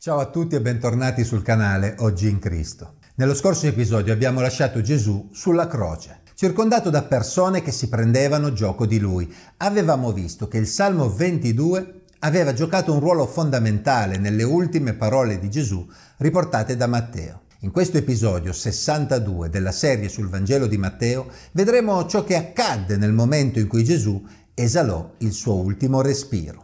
Ciao a tutti e bentornati sul canale Oggi in Cristo. Nello scorso episodio abbiamo lasciato Gesù sulla croce, circondato da persone che si prendevano gioco di lui. Avevamo visto che il Salmo 22 aveva giocato un ruolo fondamentale nelle ultime parole di Gesù riportate da Matteo. In questo episodio 62 della serie sul Vangelo di Matteo vedremo ciò che accadde nel momento in cui Gesù esalò il suo ultimo respiro.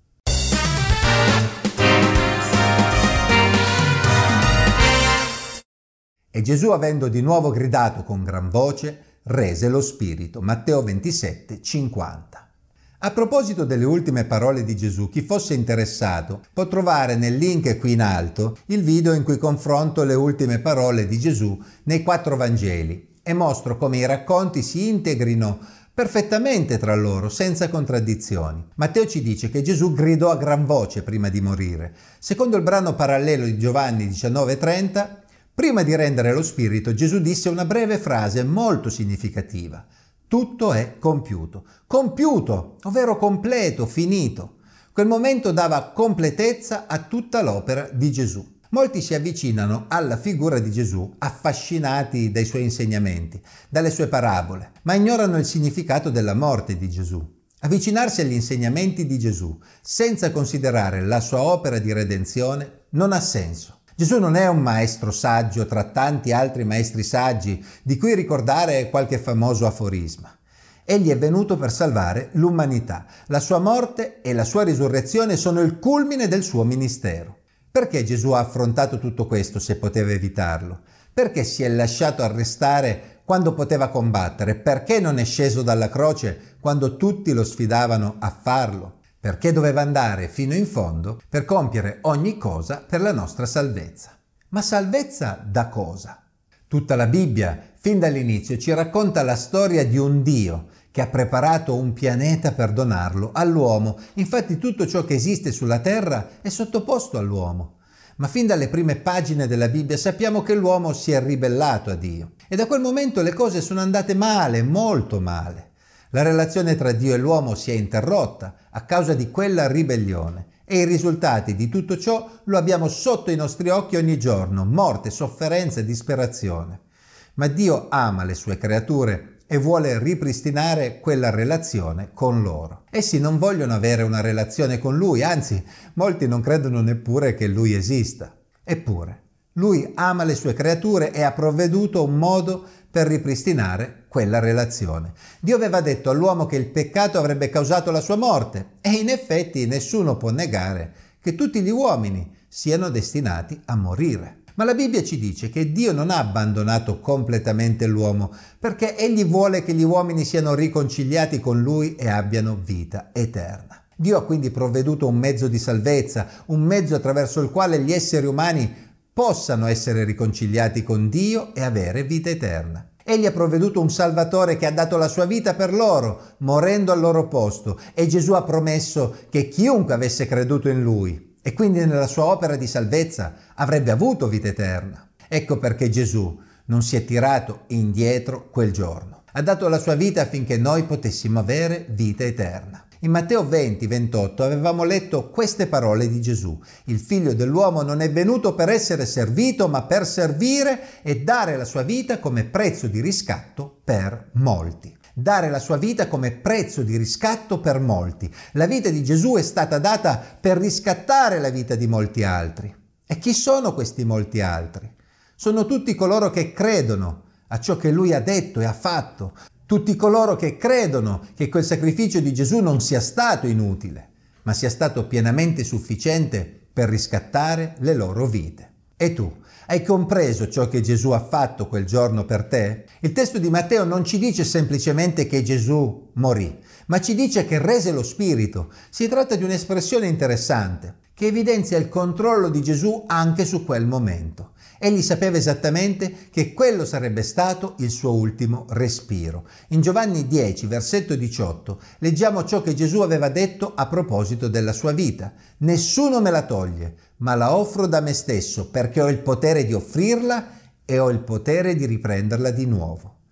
E Gesù, avendo di nuovo gridato con gran voce, rese lo spirito. Matteo 27, 50. A proposito delle ultime parole di Gesù, chi fosse interessato può trovare nel link qui in alto il video in cui confronto le ultime parole di Gesù nei 4 Vangeli e mostro come i racconti si integrino perfettamente tra loro, senza contraddizioni. Matteo ci dice che Gesù gridò a gran voce prima di morire. Secondo il brano parallelo di Giovanni 19:30, prima di rendere lo spirito, Gesù disse una breve frase molto significativa. Tutto è compiuto. Compiuto, ovvero completo, finito. Quel momento dava completezza a tutta l'opera di Gesù. Molti si avvicinano alla figura di Gesù affascinati dai suoi insegnamenti, dalle sue parabole, ma ignorano il significato della morte di Gesù. Avvicinarsi agli insegnamenti di Gesù senza considerare la sua opera di redenzione non ha senso. Gesù non è un maestro saggio tra tanti altri maestri saggi di cui ricordare qualche famoso aforisma. Egli è venuto per salvare l'umanità. La sua morte e la sua risurrezione sono il culmine del suo ministero. Perché Gesù ha affrontato tutto questo se poteva evitarlo? Perché si è lasciato arrestare quando poteva combattere? Perché non è sceso dalla croce quando tutti lo sfidavano a farlo? Perché doveva andare fino in fondo per compiere ogni cosa per la nostra salvezza. Ma salvezza da cosa? Tutta la Bibbia, fin dall'inizio, ci racconta la storia di un Dio che ha preparato un pianeta per donarlo all'uomo. Infatti tutto ciò che esiste sulla terra è sottoposto all'uomo. Ma fin dalle prime pagine della Bibbia sappiamo che l'uomo si è ribellato a Dio. E da quel momento le cose sono andate male, molto male. La relazione tra Dio e l'uomo si è interrotta a causa di quella ribellione e i risultati di tutto ciò lo abbiamo sotto i nostri occhi ogni giorno: morte, sofferenza e disperazione. Ma Dio ama le sue creature e vuole ripristinare quella relazione con loro. Essi non vogliono avere una relazione con Lui, anzi, molti non credono neppure che Lui esista. Eppure, Lui ama le sue creature e ha provveduto un modo per ripristinare quella relazione. Dio aveva detto all'uomo che il peccato avrebbe causato la sua morte e in effetti nessuno può negare che tutti gli uomini siano destinati a morire. Ma la Bibbia ci dice che Dio non ha abbandonato completamente l'uomo perché Egli vuole che gli uomini siano riconciliati con Lui e abbiano vita eterna. Dio ha quindi provveduto un mezzo di salvezza, un mezzo attraverso il quale gli esseri umani possano essere riconciliati con Dio e avere vita eterna. Egli ha provveduto un Salvatore che ha dato la sua vita per loro, morendo al loro posto, e Gesù ha promesso che chiunque avesse creduto in Lui e quindi nella sua opera di salvezza avrebbe avuto vita eterna. Ecco perché Gesù non si è tirato indietro quel giorno. Ha dato la sua vita affinché noi potessimo avere vita eterna. In Matteo 20, 28 avevamo letto queste parole di Gesù: il figlio dell'uomo non è venuto per essere servito, ma per servire e dare la sua vita come prezzo di riscatto per molti. Dare la sua vita come prezzo di riscatto per molti. La vita di Gesù è stata data per riscattare la vita di molti altri. E chi sono questi molti altri? Sono tutti coloro che credono a ciò che Lui ha detto e ha fatto. Tutti coloro che credono che quel sacrificio di Gesù non sia stato inutile, ma sia stato pienamente sufficiente per riscattare le loro vite. E tu, hai compreso ciò che Gesù ha fatto quel giorno per te? Il testo di Matteo non ci dice semplicemente che Gesù morì, ma ci dice che rese lo spirito. Si tratta di un'espressione interessante che evidenzia il controllo di Gesù anche su quel momento. Egli sapeva esattamente che quello sarebbe stato il suo ultimo respiro. In Giovanni 10, versetto 18, leggiamo ciò che Gesù aveva detto a proposito della sua vita. Nessuno me la toglie, ma la offro da me stesso, perché ho il potere di offrirla e ho il potere di riprenderla di nuovo.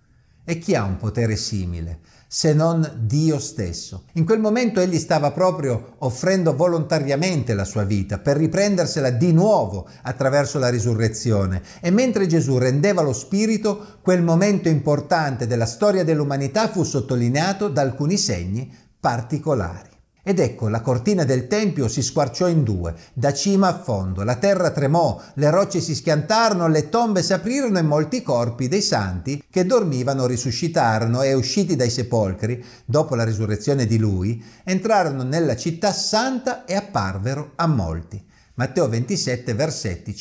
E chi ha un potere simile, se non Dio stesso? In quel momento egli stava proprio offrendo volontariamente la sua vita per riprendersela di nuovo attraverso la risurrezione. E mentre Gesù rendeva lo spirito, quel momento importante della storia dell'umanità fu sottolineato da alcuni segni particolari. Ed ecco, la cortina del Tempio si squarciò in due, da cima a fondo, la terra tremò, le rocce si schiantarono, le tombe si aprirono e molti corpi dei santi che dormivano risuscitarono e, usciti dai sepolcri, dopo la risurrezione di Lui, entrarono nella città santa e apparvero a molti. Matteo 27, versetti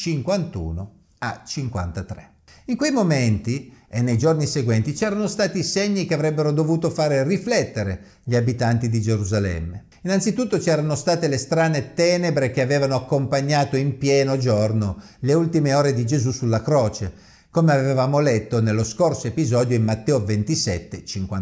51 a 53. In quei momenti e nei giorni seguenti c'erano stati segni che avrebbero dovuto fare riflettere gli abitanti di Gerusalemme. Innanzitutto c'erano state le strane tenebre che avevano accompagnato in pieno giorno le ultime ore di Gesù sulla croce, come avevamo letto nello scorso episodio in Matteo 27,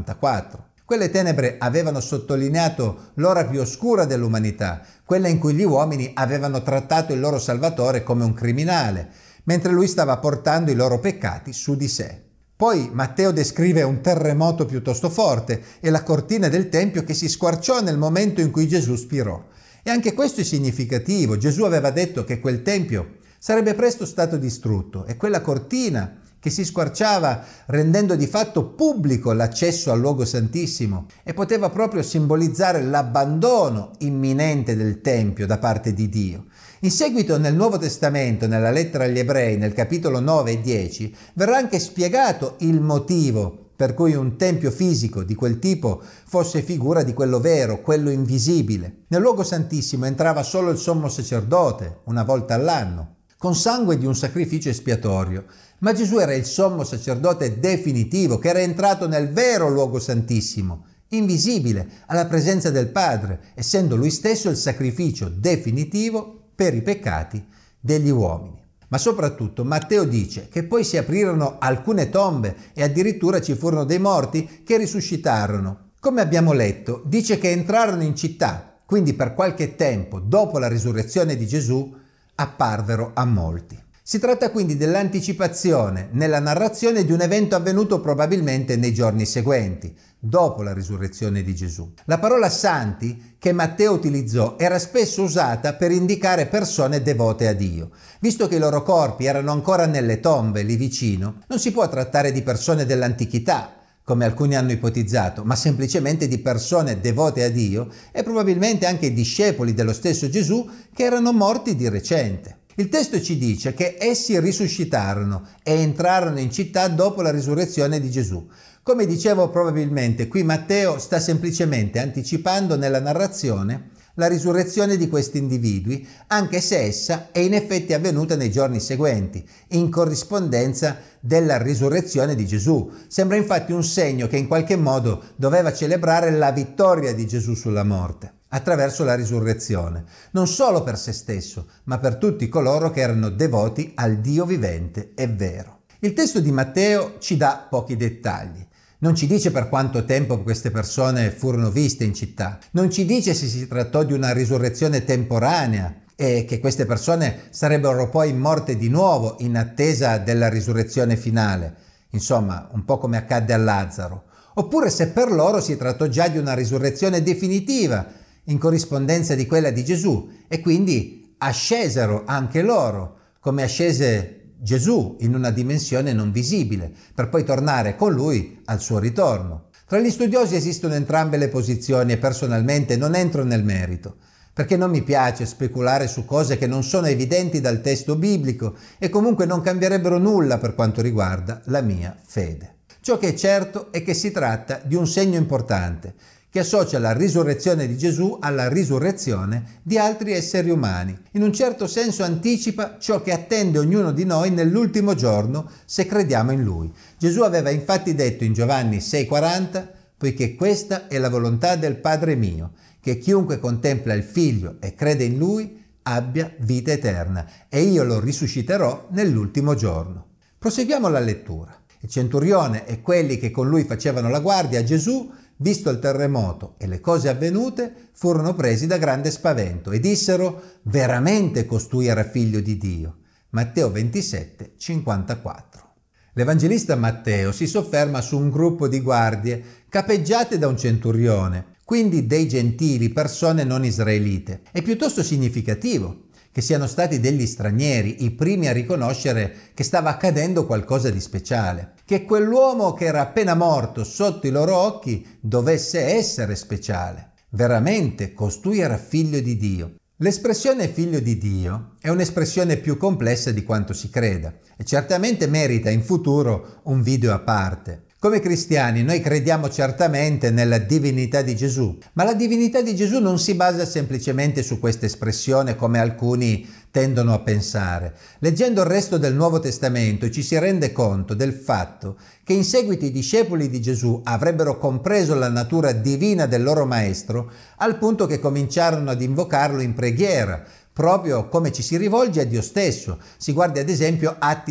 54. Quelle tenebre avevano sottolineato l'ora più oscura dell'umanità, quella in cui gli uomini avevano trattato il loro Salvatore come un criminale, mentre lui stava portando i loro peccati su di sé. Poi Matteo descrive un terremoto piuttosto forte e la cortina del Tempio che si squarciò nel momento in cui Gesù spirò. E anche questo è significativo. Gesù aveva detto che quel Tempio sarebbe presto stato distrutto e quella cortina che si squarciava rendendo di fatto pubblico l'accesso al luogo santissimo e poteva proprio simbolizzare l'abbandono imminente del Tempio da parte di Dio. In seguito nel Nuovo Testamento, nella lettera agli Ebrei, nel capitolo 9 e 10, verrà anche spiegato il motivo per cui un tempio fisico di quel tipo fosse figura di quello vero, quello invisibile. Nel luogo santissimo entrava solo il sommo sacerdote, una volta all'anno, con sangue di un sacrificio espiatorio, ma Gesù era il sommo sacerdote definitivo che era entrato nel vero luogo santissimo, invisibile, alla presenza del Padre, essendo lui stesso il sacrificio definitivo per i peccati degli uomini. Ma soprattutto Matteo dice che poi si aprirono alcune tombe e addirittura ci furono dei morti che risuscitarono. Come abbiamo letto, dice che entrarono in città, quindi per qualche tempo dopo la risurrezione di Gesù apparvero a molti. Si tratta quindi dell'anticipazione nella narrazione di un evento avvenuto probabilmente nei giorni seguenti, dopo la risurrezione di Gesù. La parola santi che Matteo utilizzò era spesso usata per indicare persone devote a Dio. Visto che i loro corpi erano ancora nelle tombe lì vicino, non si può trattare di persone dell'antichità, come alcuni hanno ipotizzato, ma semplicemente di persone devote a Dio e probabilmente anche discepoli dello stesso Gesù che erano morti di recente. Il testo ci dice che essi risuscitarono e entrarono in città dopo la risurrezione di Gesù. Come dicevo, probabilmente qui Matteo sta semplicemente anticipando nella narrazione la risurrezione di questi individui, anche se essa è in effetti avvenuta nei giorni seguenti, in corrispondenza della risurrezione di Gesù. Sembra infatti un segno che in qualche modo doveva celebrare la vittoria di Gesù sulla morte, attraverso la risurrezione, non solo per se stesso, ma per tutti coloro che erano devoti al Dio vivente e vero. Il testo di Matteo ci dà pochi dettagli. Non ci dice per quanto tempo queste persone furono viste in città, non ci dice se si trattò di una risurrezione temporanea e che queste persone sarebbero poi morte di nuovo in attesa della risurrezione finale, insomma un po' come accadde a Lazzaro, oppure se per loro si trattò già di una risurrezione definitiva in corrispondenza di quella di Gesù e quindi ascesero anche loro, come ascese Gesù in una dimensione non visibile, per poi tornare con lui al suo ritorno. Tra gli studiosi esistono entrambe le posizioni e personalmente non entro nel merito, perché non mi piace speculare su cose che non sono evidenti dal testo biblico e comunque non cambierebbero nulla per quanto riguarda la mia fede. Ciò che è certo è che si tratta di un segno importante, che associa la risurrezione di Gesù alla risurrezione di altri esseri umani. In un certo senso anticipa ciò che attende ognuno di noi nell'ultimo giorno se crediamo in Lui. Gesù aveva infatti detto in Giovanni 6,40: «Poiché questa è la volontà del Padre mio, che chiunque contempla il Figlio e crede in Lui abbia vita eterna, e io lo risusciterò nell'ultimo giorno». Proseguiamo la lettura. Il centurione e quelli che con lui facevano la guardia a Gesù, visto il terremoto e le cose avvenute, furono presi da grande spavento e dissero: «Veramente costui era figlio di Dio». Matteo 27, 54. L'Evangelista Matteo si sofferma su un gruppo di guardie capeggiate da un centurione, quindi dei gentili, persone non israelite. È piuttosto significativo che siano stati degli stranieri i primi a riconoscere che stava accadendo qualcosa di speciale, che quell'uomo che era appena morto sotto i loro occhi dovesse essere speciale. Veramente costui era figlio di Dio. L'espressione figlio di Dio è un'espressione più complessa di quanto si creda e certamente merita in futuro un video a parte. Come cristiani noi crediamo certamente nella divinità di Gesù, ma la divinità di Gesù non si basa semplicemente su questa espressione come alcuni tendono a pensare. Leggendo il resto del Nuovo Testamento ci si rende conto del fatto che in seguito i discepoli di Gesù avrebbero compreso la natura divina del loro maestro al punto che cominciarono ad invocarlo in preghiera, proprio come ci si rivolge a Dio stesso. Si guardi ad esempio Atti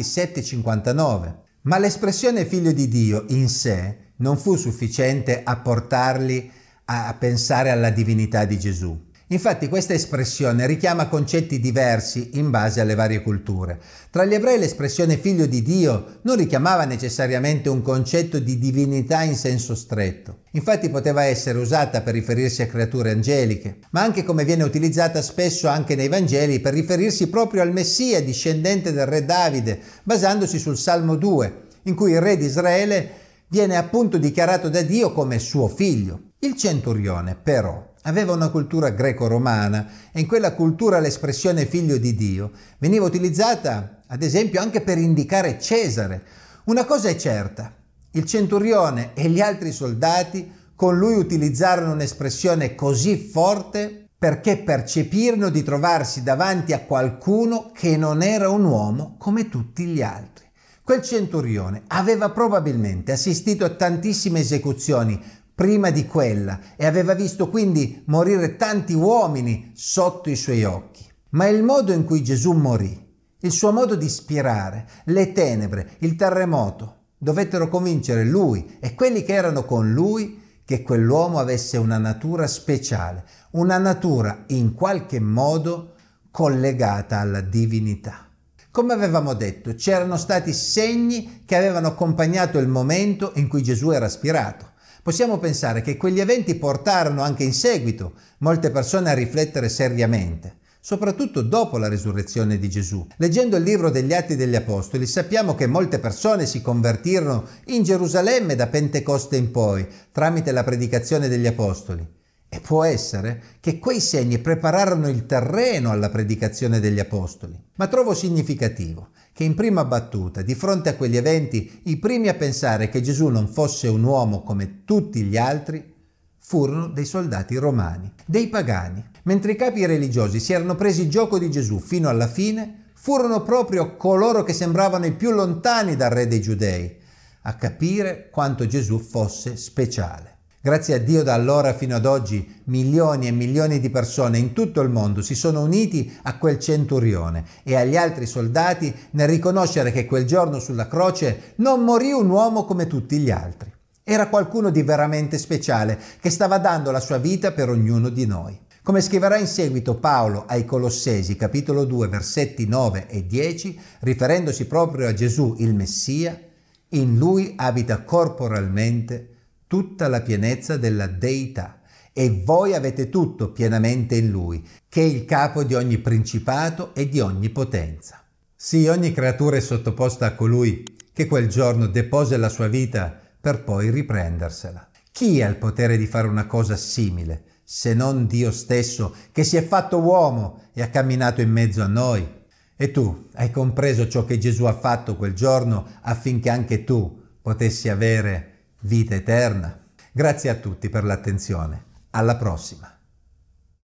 7,59. Ma l'espressione figlio di Dio in sé non fu sufficiente a portarli a pensare alla divinità di Gesù. Infatti questa espressione richiama concetti diversi in base alle varie culture. Tra gli ebrei l'espressione figlio di Dio non richiamava necessariamente un concetto di divinità in senso stretto. Infatti poteva essere usata per riferirsi a creature angeliche, ma anche come viene utilizzata spesso anche nei Vangeli per riferirsi proprio al Messia, discendente del re Davide, basandosi sul Salmo 2, in cui il re di Israele viene appunto dichiarato da Dio come suo figlio. Il centurione, però, aveva una cultura greco-romana e in quella cultura l'espressione figlio di Dio veniva utilizzata, ad esempio, anche per indicare Cesare. Una cosa è certa, il centurione e gli altri soldati con lui utilizzarono un'espressione così forte perché percepirono di trovarsi davanti a qualcuno che non era un uomo come tutti gli altri. Quel centurione aveva probabilmente assistito a tantissime esecuzioni prima di quella e aveva visto quindi morire tanti uomini sotto i suoi occhi. Ma il modo in cui Gesù morì, il suo modo di spirare, le tenebre, il terremoto, dovettero convincere lui e quelli che erano con lui che quell'uomo avesse una natura speciale, una natura in qualche modo collegata alla divinità. Come avevamo detto, c'erano stati segni che avevano accompagnato il momento in cui Gesù era spirato. Possiamo pensare che quegli eventi portarono anche in seguito molte persone a riflettere seriamente, soprattutto dopo la risurrezione di Gesù. Leggendo il libro degli Atti degli Apostoli sappiamo che molte persone si convertirono in Gerusalemme da Pentecoste in poi, tramite la predicazione degli Apostoli. E può essere che quei segni prepararono il terreno alla predicazione degli Apostoli. Ma trovo significativo che in prima battuta, di fronte a quegli eventi, i primi a pensare che Gesù non fosse un uomo come tutti gli altri furono dei soldati romani, dei pagani. Mentre i capi religiosi si erano presi gioco di Gesù fino alla fine, furono proprio coloro che sembravano i più lontani dal re dei Giudei a capire quanto Gesù fosse speciale. Grazie a Dio da allora fino ad oggi milioni e milioni di persone in tutto il mondo si sono uniti a quel centurione e agli altri soldati nel riconoscere che quel giorno sulla croce non morì un uomo come tutti gli altri. Era qualcuno di veramente speciale che stava dando la sua vita per ognuno di noi. Come scriverà in seguito Paolo ai Colossesi, capitolo 2, versetti 9 e 10, riferendosi proprio a Gesù il Messia, in lui abita corporalmente tutta la pienezza della deità e voi avete tutto pienamente in lui, che è il capo di ogni principato e di ogni potenza. Sì, ogni creatura è sottoposta a colui che quel giorno depose la sua vita per poi riprendersela. Chi ha il potere di fare una cosa simile, se non Dio stesso, che si è fatto uomo e ha camminato in mezzo a noi? E tu hai compreso ciò che Gesù ha fatto quel giorno affinché anche tu potessi avere vita eterna? Grazie a tutti per l'attenzione. Alla prossima.